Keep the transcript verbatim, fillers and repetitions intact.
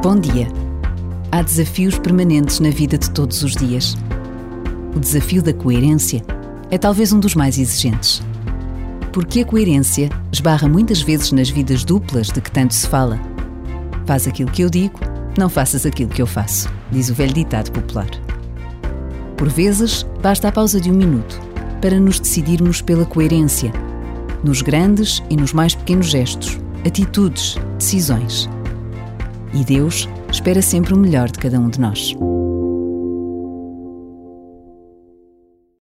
Bom dia. Há desafios permanentes na vida de todos os dias. O desafio da coerência é talvez um dos mais exigentes. Porque a coerência esbarra muitas vezes nas vidas duplas de que tanto se fala. Faz aquilo que eu digo, não faças aquilo que eu faço, diz o velho ditado popular. Por vezes, basta a pausa de um minuto para nos decidirmos pela coerência, nos grandes e nos mais pequenos gestos, atitudes, decisões. E Deus espera sempre o melhor de cada um de nós.